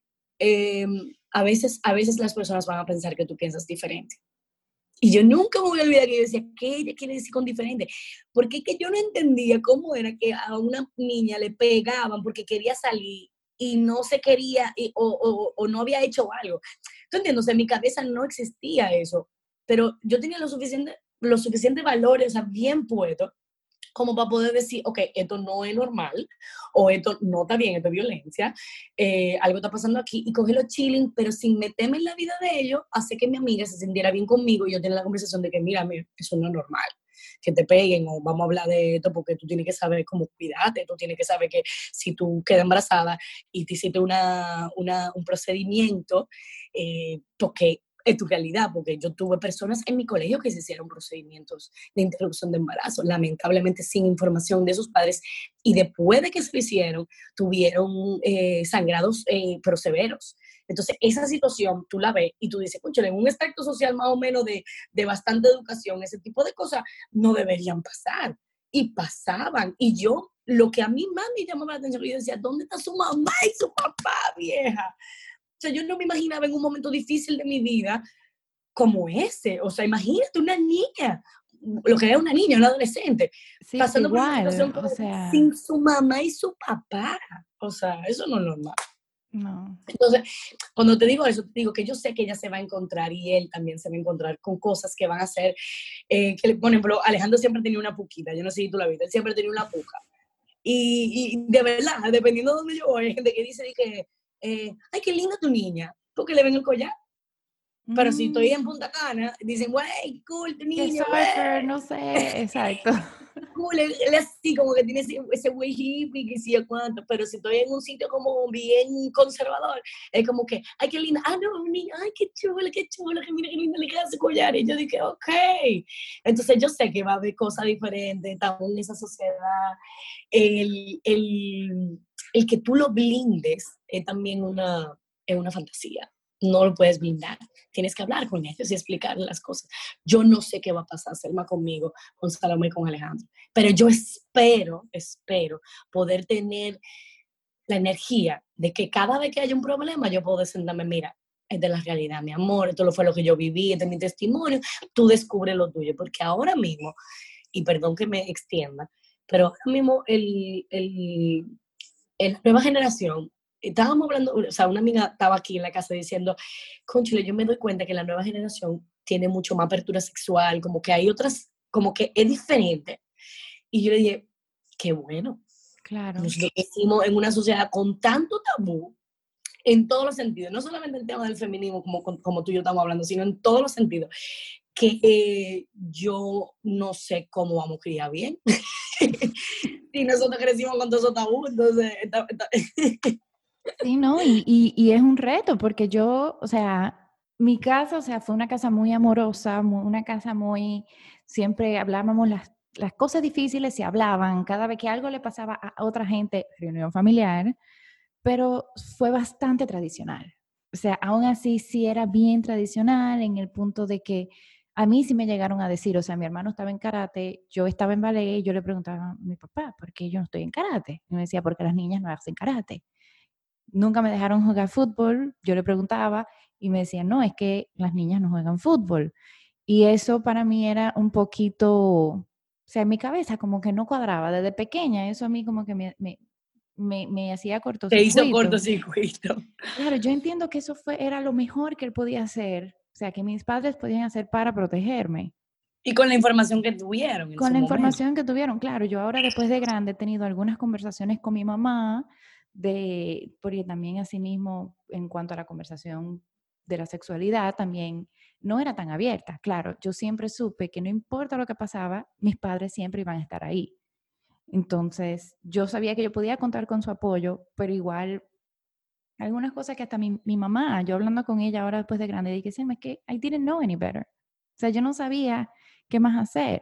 eh, a, veces, a veces las personas van a pensar que tú piensas diferente. Y yo nunca me voy a olvidar que yo decía, ¿qué ella quiere decir con diferente? Porque es que yo no entendía cómo era que a una niña le pegaban porque quería salir y no se quería y, o, o, o no había hecho algo. ¿Tú entiendes? O sea, en mi cabeza no existía eso. Pero yo tenía lo suficiente, los suficientes valores, o sea, bien puestos, como para poder decir, ok, esto no es normal, o esto no está bien, esto es violencia, eh, algo está pasando aquí, y cogerlo chilling, pero sin meterme en la vida de ellos, hace que mi amiga se sintiera bien conmigo y yo tenía la conversación de que, mira, eso no es normal, que te peguen, o vamos a hablar de esto, porque tú tienes que saber cómo cuidarte, tú tienes que saber que si tú quedas embarazada y te hiciste una, una, un procedimiento, eh, porque es tu realidad, porque yo tuve personas en mi colegio que se hicieron procedimientos de interrupción de embarazo, lamentablemente sin información de sus padres, y después de que se lo hicieron, tuvieron eh, sangrados eh, pero severos. Entonces, esa situación tú la ves y tú dices, conchale, en un aspecto social más o menos de, de bastante educación, ese tipo de cosas no deberían pasar. Y pasaban. Y yo, lo que a mí más me llamaba la atención, yo decía, ¿dónde está su mamá y su papá, vieja? O sea, yo no me imaginaba en un momento difícil de mi vida como ese. O sea, imagínate una niña, lo que era una niña, una adolescente, Sí, sí, pasando por una situación igual, o como sea, sin su mamá y su papá. O sea, eso no es normal. no. Entonces, cuando te digo eso, te digo que yo sé que ella se va a encontrar y él también se va a encontrar con cosas que van a hacer, eh, que, por ejemplo, Alejandro siempre tenía una puquita, yo no sé si tú la viste, él siempre tenía una puca. Y, y de verdad, dependiendo de dónde yo voy, hay gente que dice que, eh, ay, qué linda tu niña, porque le ven el collar. Pero si estoy en Mm, Punta Cana, dicen, güey, cool, tu qué niño, surfer, no güey. sé, exacto. Cool, él, él así como que tiene ese, ese güey hippie, que sí, yo cuánto. Pero si estoy en un sitio como bien conservador, es como que, ay, qué linda, ah, no, un niño, ay, qué chulo, qué chulo, que mira qué linda le queda ese collar. Y yo dije, ok. Entonces yo sé que va a haber cosas diferentes, también en esa sociedad. El, el, el que tú lo blindes es también una, es una fantasía. no lo puedes blindar. Tienes que hablar con ellos y explicarles las cosas. Yo no sé qué va a pasar, Selma, conmigo, con Salomé y con Alejandro, pero yo espero, espero poder tener la energía de que cada vez que haya un problema yo puedo sentarme, mira, es de la realidad, mi amor, esto fue lo que yo viví, este es mi testimonio, tú descubre lo tuyo, porque ahora mismo, y perdón que me extienda, pero ahora mismo el, el, el la nueva generación, estábamos hablando, o sea, una amiga estaba aquí en la casa diciendo, conchile, yo me doy cuenta que la nueva generación tiene mucho más apertura sexual, como que hay otras, como que es diferente. Y yo le dije, qué bueno. Claro. Nosotros crecimos en una sociedad con tanto tabú, en todos los sentidos, no solamente el tema del feminismo, como, como tú y yo estamos hablando, sino en todos los sentidos, que eh, yo no sé cómo vamos a criar bien. Y nosotros crecimos con todo eso tabú, entonces... Está, está. Sí, ¿no? Y, y, y es un reto, porque yo, o sea, mi casa, o sea, fue una casa muy amorosa, muy, una casa muy, siempre hablábamos las, las cosas difíciles, se hablaban, cada vez que algo le pasaba a otra gente, reunión familiar, pero fue bastante tradicional. O sea, aún así sí era bien tradicional en el punto de que a mí sí me llegaron a decir, o sea, mi hermano estaba en karate, yo estaba en ballet, y yo le preguntaba a mi papá, ¿por qué yo no estoy en karate? Y me decía, porque las niñas no hacen karate. Nunca me dejaron jugar fútbol, yo le preguntaba y me decían, no, es que las niñas no juegan fútbol. Y eso para mí era un poquito, o sea, en mi cabeza como que no cuadraba desde pequeña, eso a mí como que me, me, me, me hacía Te hizo cortocircuito. cortocircuito. Claro, yo entiendo que eso fue, era lo mejor que él podía hacer, o sea, que mis padres podían hacer para protegerme. Y con la información que tuvieron en Con su la momento. información que tuvieron, claro, yo ahora después de grande he tenido algunas conversaciones con mi mamá, de, porque también asimismo en cuanto a la conversación de la sexualidad también no era tan abierta. Claro, yo siempre supe que no importa lo que pasaba, mis padres siempre iban a estar ahí. Entonces, yo sabía que yo podía contar con su apoyo, pero igual algunas cosas que hasta mi, mi mamá, yo hablando con ella ahora después de grande, dije, sí, es que I didn't know any better. O sea, yo no sabía qué más hacer.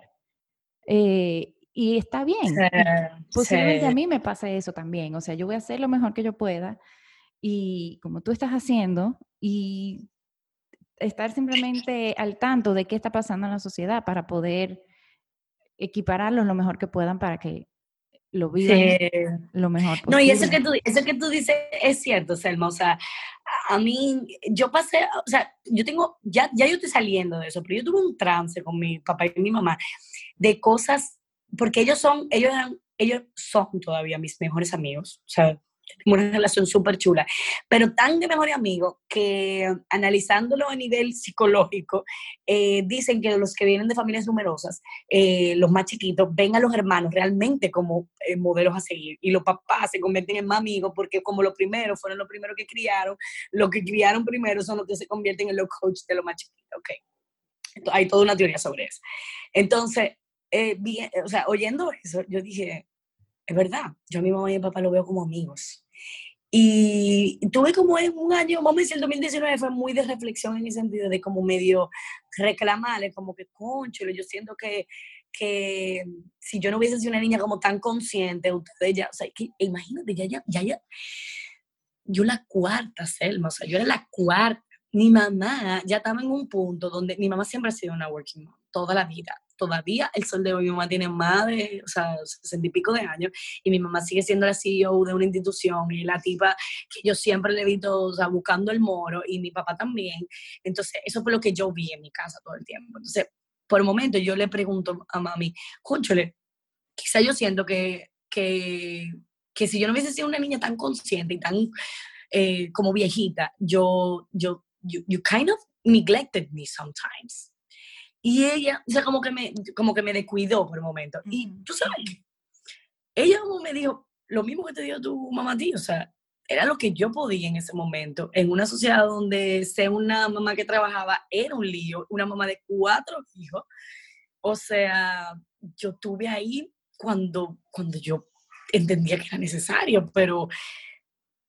Eh, y está Sí, bien. Y posiblemente a sí. mí me pase eso también. O sea, yo voy a hacer lo mejor que yo pueda y como tú estás haciendo y estar simplemente al tanto de qué está pasando en la sociedad para poder equipararlos lo mejor que puedan para que lo vivan Sí. lo mejor No, y eso posible. que tú, eso que tú dices es cierto, Selma. O sea, a, a mí, yo pasé, o sea, yo tengo, ya, ya yo estoy saliendo de eso, pero yo tuve un trance con mi papá y mi mamá de cosas, porque ellos son, ellos eran, ellos son todavía mis mejores amigos. O sea, tengo una relación súper chula, pero tan de mejores amigos que analizándolo a nivel psicológico, eh, dicen que los que vienen de familias numerosas, eh, los más chiquitos, ven a los hermanos realmente como eh, modelos a seguir y los papás se convierten en más amigos porque como los primeros fueron los primeros que criaron, los que criaron primero son los que se convierten en los coaches de los más chiquitos. Okay. Entonces, hay toda una teoría sobre eso. Entonces, eh, bien, o sea, oyendo eso, yo dije, es verdad, yo a mi mamá y a mi papá lo veo como amigos. Y tuve como en un año, vamos a decir, el dos mil diecinueve fue muy de reflexión en el sentido de como medio reclamarle, como que, concho, yo siento que, que si yo no hubiese sido una niña como tan consciente, ustedes ya, o sea, que, imagínate, ya, ya, ya, ya, yo la cuarta, Selma, o sea, yo era la cuarta. Mi mamá ya estaba en un punto donde mi mamá siempre ha sido una working mom, toda la vida. Todavía el sol de hoy, mi mamá tiene más de, o sea, sesenta y pico de años, y mi mamá sigue siendo la C E O de una institución, y la tipa que yo siempre le he visto, o sea, buscando el moro, y mi papá también. Entonces, eso fue lo que yo vi en mi casa todo el tiempo. Entonces, por el momento yo le pregunto a mami, cónchole, quizá yo siento que, que, que si yo no hubiese sido una niña tan consciente y tan eh, como viejita, yo, yo, you, you kind of neglected me sometimes. Y ella, o sea, como que me, como que me descuidó por un momento. Uh-huh. Y tú sabes qué, ella como me dijo, lo mismo que te dio tu mamá a ti, o sea, era lo que yo podía en ese momento, en una sociedad donde ser una mamá que trabajaba era un lío, una mamá de cuatro hijos, o sea, yo estuve ahí cuando, cuando yo entendía que era necesario, pero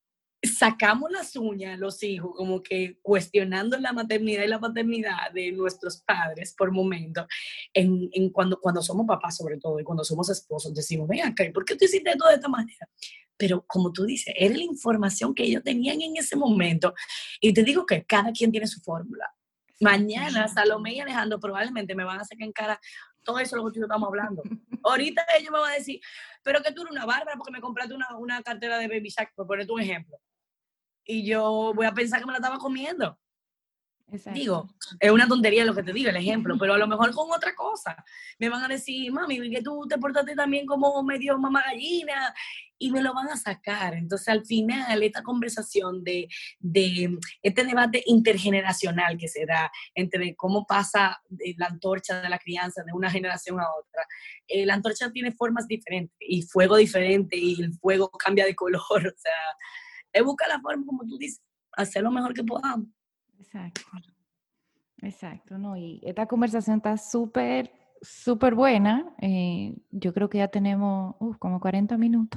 sacamos las uñas, los hijos, como que cuestionando la maternidad y la paternidad de nuestros padres por momentos, en, en cuando, cuando somos papás sobre todo, y cuando somos esposos, decimos, ven acá, ¿por qué tú hiciste esto de esta manera? Pero como tú dices, era la información que ellos tenían en ese momento, y te digo que cada quien tiene su fórmula. Mañana Salomé y Alejandro probablemente me van a sacar en cara todo eso lo que tú estamos hablando. Ahorita ellos me van a decir, pero que tú eres una bárbara porque me compraste una, una cartera de Baby Shack, por ponerte un ejemplo. Y yo voy a pensar que me la estaba comiendo. Exacto. Digo, es una tontería lo que te digo, el ejemplo, pero a lo mejor con otra cosa. Me van a decir, mami, que tú te portaste también como medio mamá gallina, y me lo van a sacar. Entonces, al final, esta conversación de, de este debate intergeneracional que se da entre cómo pasa la antorcha de la crianza de una generación a otra, eh, la antorcha tiene formas diferentes y fuego diferente y el fuego cambia de color, o sea, es buscar la forma, como tú dices, hacer lo mejor que podamos. Exacto. Exacto, ¿no? Y esta conversación está súper, súper buena. Eh, yo creo que ya tenemos uh, como cuarenta minutos.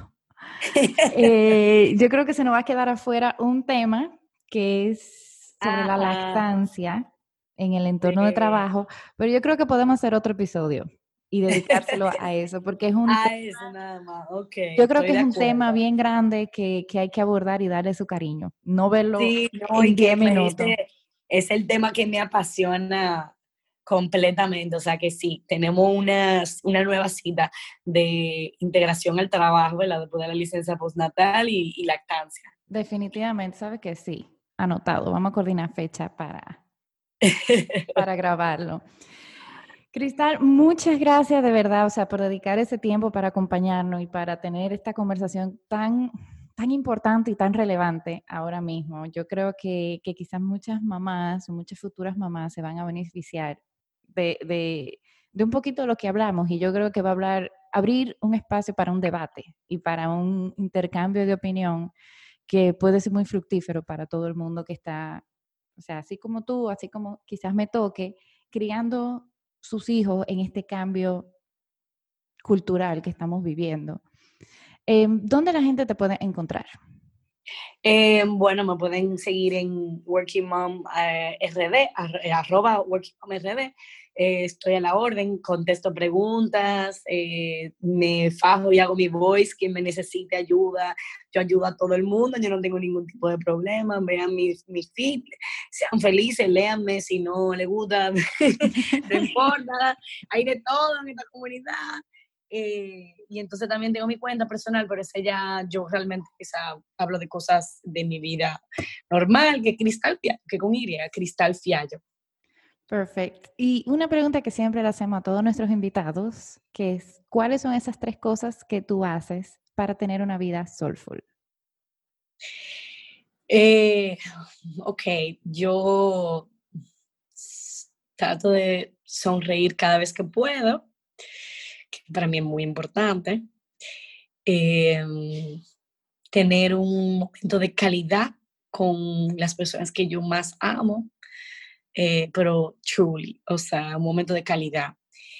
eh, yo creo que se nos va a quedar afuera un tema que es sobre la lactancia en el entorno de trabajo, pero yo creo que podemos hacer otro episodio y dedicárselo a eso, porque es un a tema, eso nada más, okay, yo creo que es un acuerdo. tema bien grande que, que hay que abordar y darle su cariño, no verlo sí, no, en diez minutos. Ese, es el tema que me apasiona completamente, o sea que sí, tenemos una, una nueva cita de integración al trabajo, ¿verdad? Después de la licencia postnatal y, y lactancia. Definitivamente, ¿sabes que sí? Anotado, vamos a coordinar fecha para, para grabarlo. Cristal, muchas gracias de verdad, o sea, por dedicar ese tiempo para acompañarnos y para tener esta conversación tan, tan importante y tan relevante ahora mismo. Yo creo que, que quizás muchas mamás o muchas futuras mamás se van a beneficiar de, de, de un poquito de lo que hablamos, y yo creo que va a hablar, abrir un espacio para un debate y para un intercambio de opinión que puede ser muy fructífero para todo el mundo que está, o sea, así como tú, así como quizás me toque, criando sus hijos en este cambio cultural que estamos viviendo. Eh, ¿Dónde la gente te puede encontrar? Eh, bueno, me pueden seguir en Working Mom eh, R D, arroba Working Mom R D. Eh, estoy a la orden, contesto preguntas, eh, me fajo y hago mi voice, quien me necesite ayuda, yo ayudo a todo el mundo, yo no tengo ningún tipo de problema, vean mis, mis feed, sean felices, léanme, si no les gusta, no importa, hay de todo en esta comunidad. Eh, y entonces también tengo mi cuenta personal, pero esa ya yo realmente quizá hablo de cosas de mi vida normal, que Cristal Fiallo, que con Y, Cristal Fiallo. Perfecto. Y una pregunta que siempre le hacemos a todos nuestros invitados, que es, ¿cuáles son esas tres cosas que tú haces para tener una vida soulful? Eh, ok, yo trato de sonreír cada vez que puedo, que para mí es muy importante. Eh, tener un momento de calidad con las personas que yo más amo, eh, pero truly, o sea, un momento de calidad.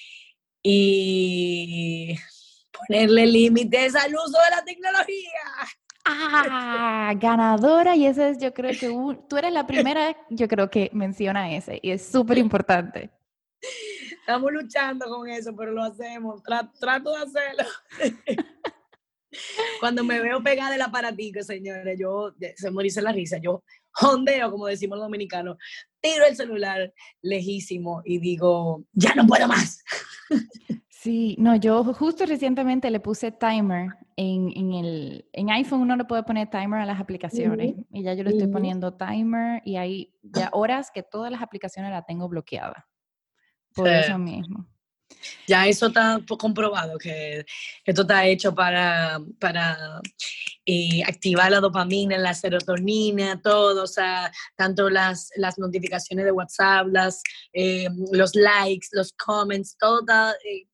Y ponerle límites al uso de la tecnología. Ah, ganadora, y ese es, yo creo que un, tú eres la primera, yo creo que menciona ese, y es súper importante. Estamos luchando con eso, pero lo hacemos, Tra- trato de hacerlo. Cuando me veo pegada del aparatico, señores, yo, se me dice la risa, yo jondeo, como decimos los dominicanos, tiro el celular lejísimo y digo, ya no puedo más. Sí, no, yo justo recientemente le puse timer en, en el, en iPhone uno le puede poner timer a las aplicaciones, uh-huh. y ya yo le estoy uh-huh. poniendo timer, y hay ya horas que todas las aplicaciones las tengo bloqueadas, por sí. eso mismo. Ya eso está comprobado, que esto está hecho para, para eh, activar la dopamina, la serotonina, todo, o sea, tanto las, las notificaciones de WhatsApp, las, eh, los likes, los comments, todo está eh,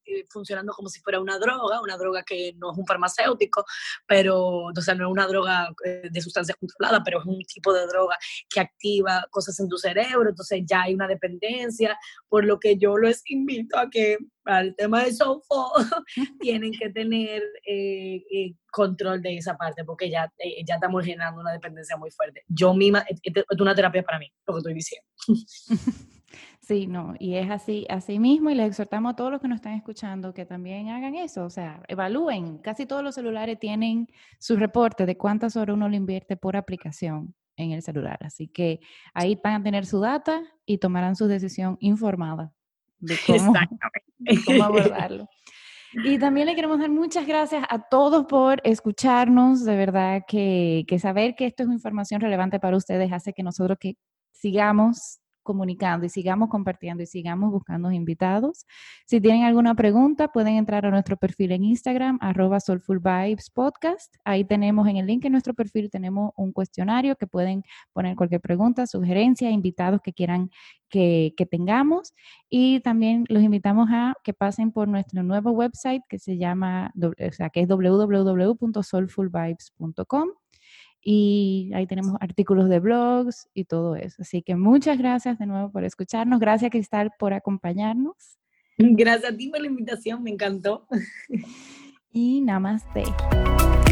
eh, funcionando como si fuera una droga, una droga que no es un farmacéutico, pero, o sea, no es una droga eh, de sustancia controlada, pero es un tipo de droga que activa cosas en tu cerebro, entonces ya hay una dependencia, por lo que yo les invito a que al tema de Sofo tienen que tener eh, eh, control de esa parte, porque ya, eh, ya estamos generando una dependencia muy fuerte. Yo misma, es, es una terapia para mí, lo que estoy diciendo. Sí, no, y es así, así mismo, y les exhortamos a todos los que nos están escuchando que también hagan eso, o sea, evalúen. Casi todos los celulares tienen su reporte de cuántas horas uno le invierte por aplicación en el celular, así que ahí van a tener su data y tomarán su decisión informada de cómo, de cómo abordarlo. Y también le queremos dar muchas gracias a todos por escucharnos, de verdad que, que saber que esto es información relevante para ustedes hace que nosotros que sigamos comunicando y sigamos compartiendo y sigamos buscando invitados. Si tienen alguna pregunta, pueden entrar a nuestro perfil en Instagram, arroba Soulful Vibes Podcast. Ahí tenemos en el link en nuestro perfil, tenemos un cuestionario que pueden poner cualquier pregunta, sugerencia, invitados que quieran que, que tengamos. Y también los invitamos a que pasen por nuestro nuevo website que se llama, o sea, que es doble u doble u doble u punto soulful vibes punto com. Y ahí tenemos artículos de blogs y todo eso. Así que muchas gracias de nuevo por escucharnos. Gracias, Cristal, por acompañarnos. Gracias a ti por la invitación, me encantó. Y namaste.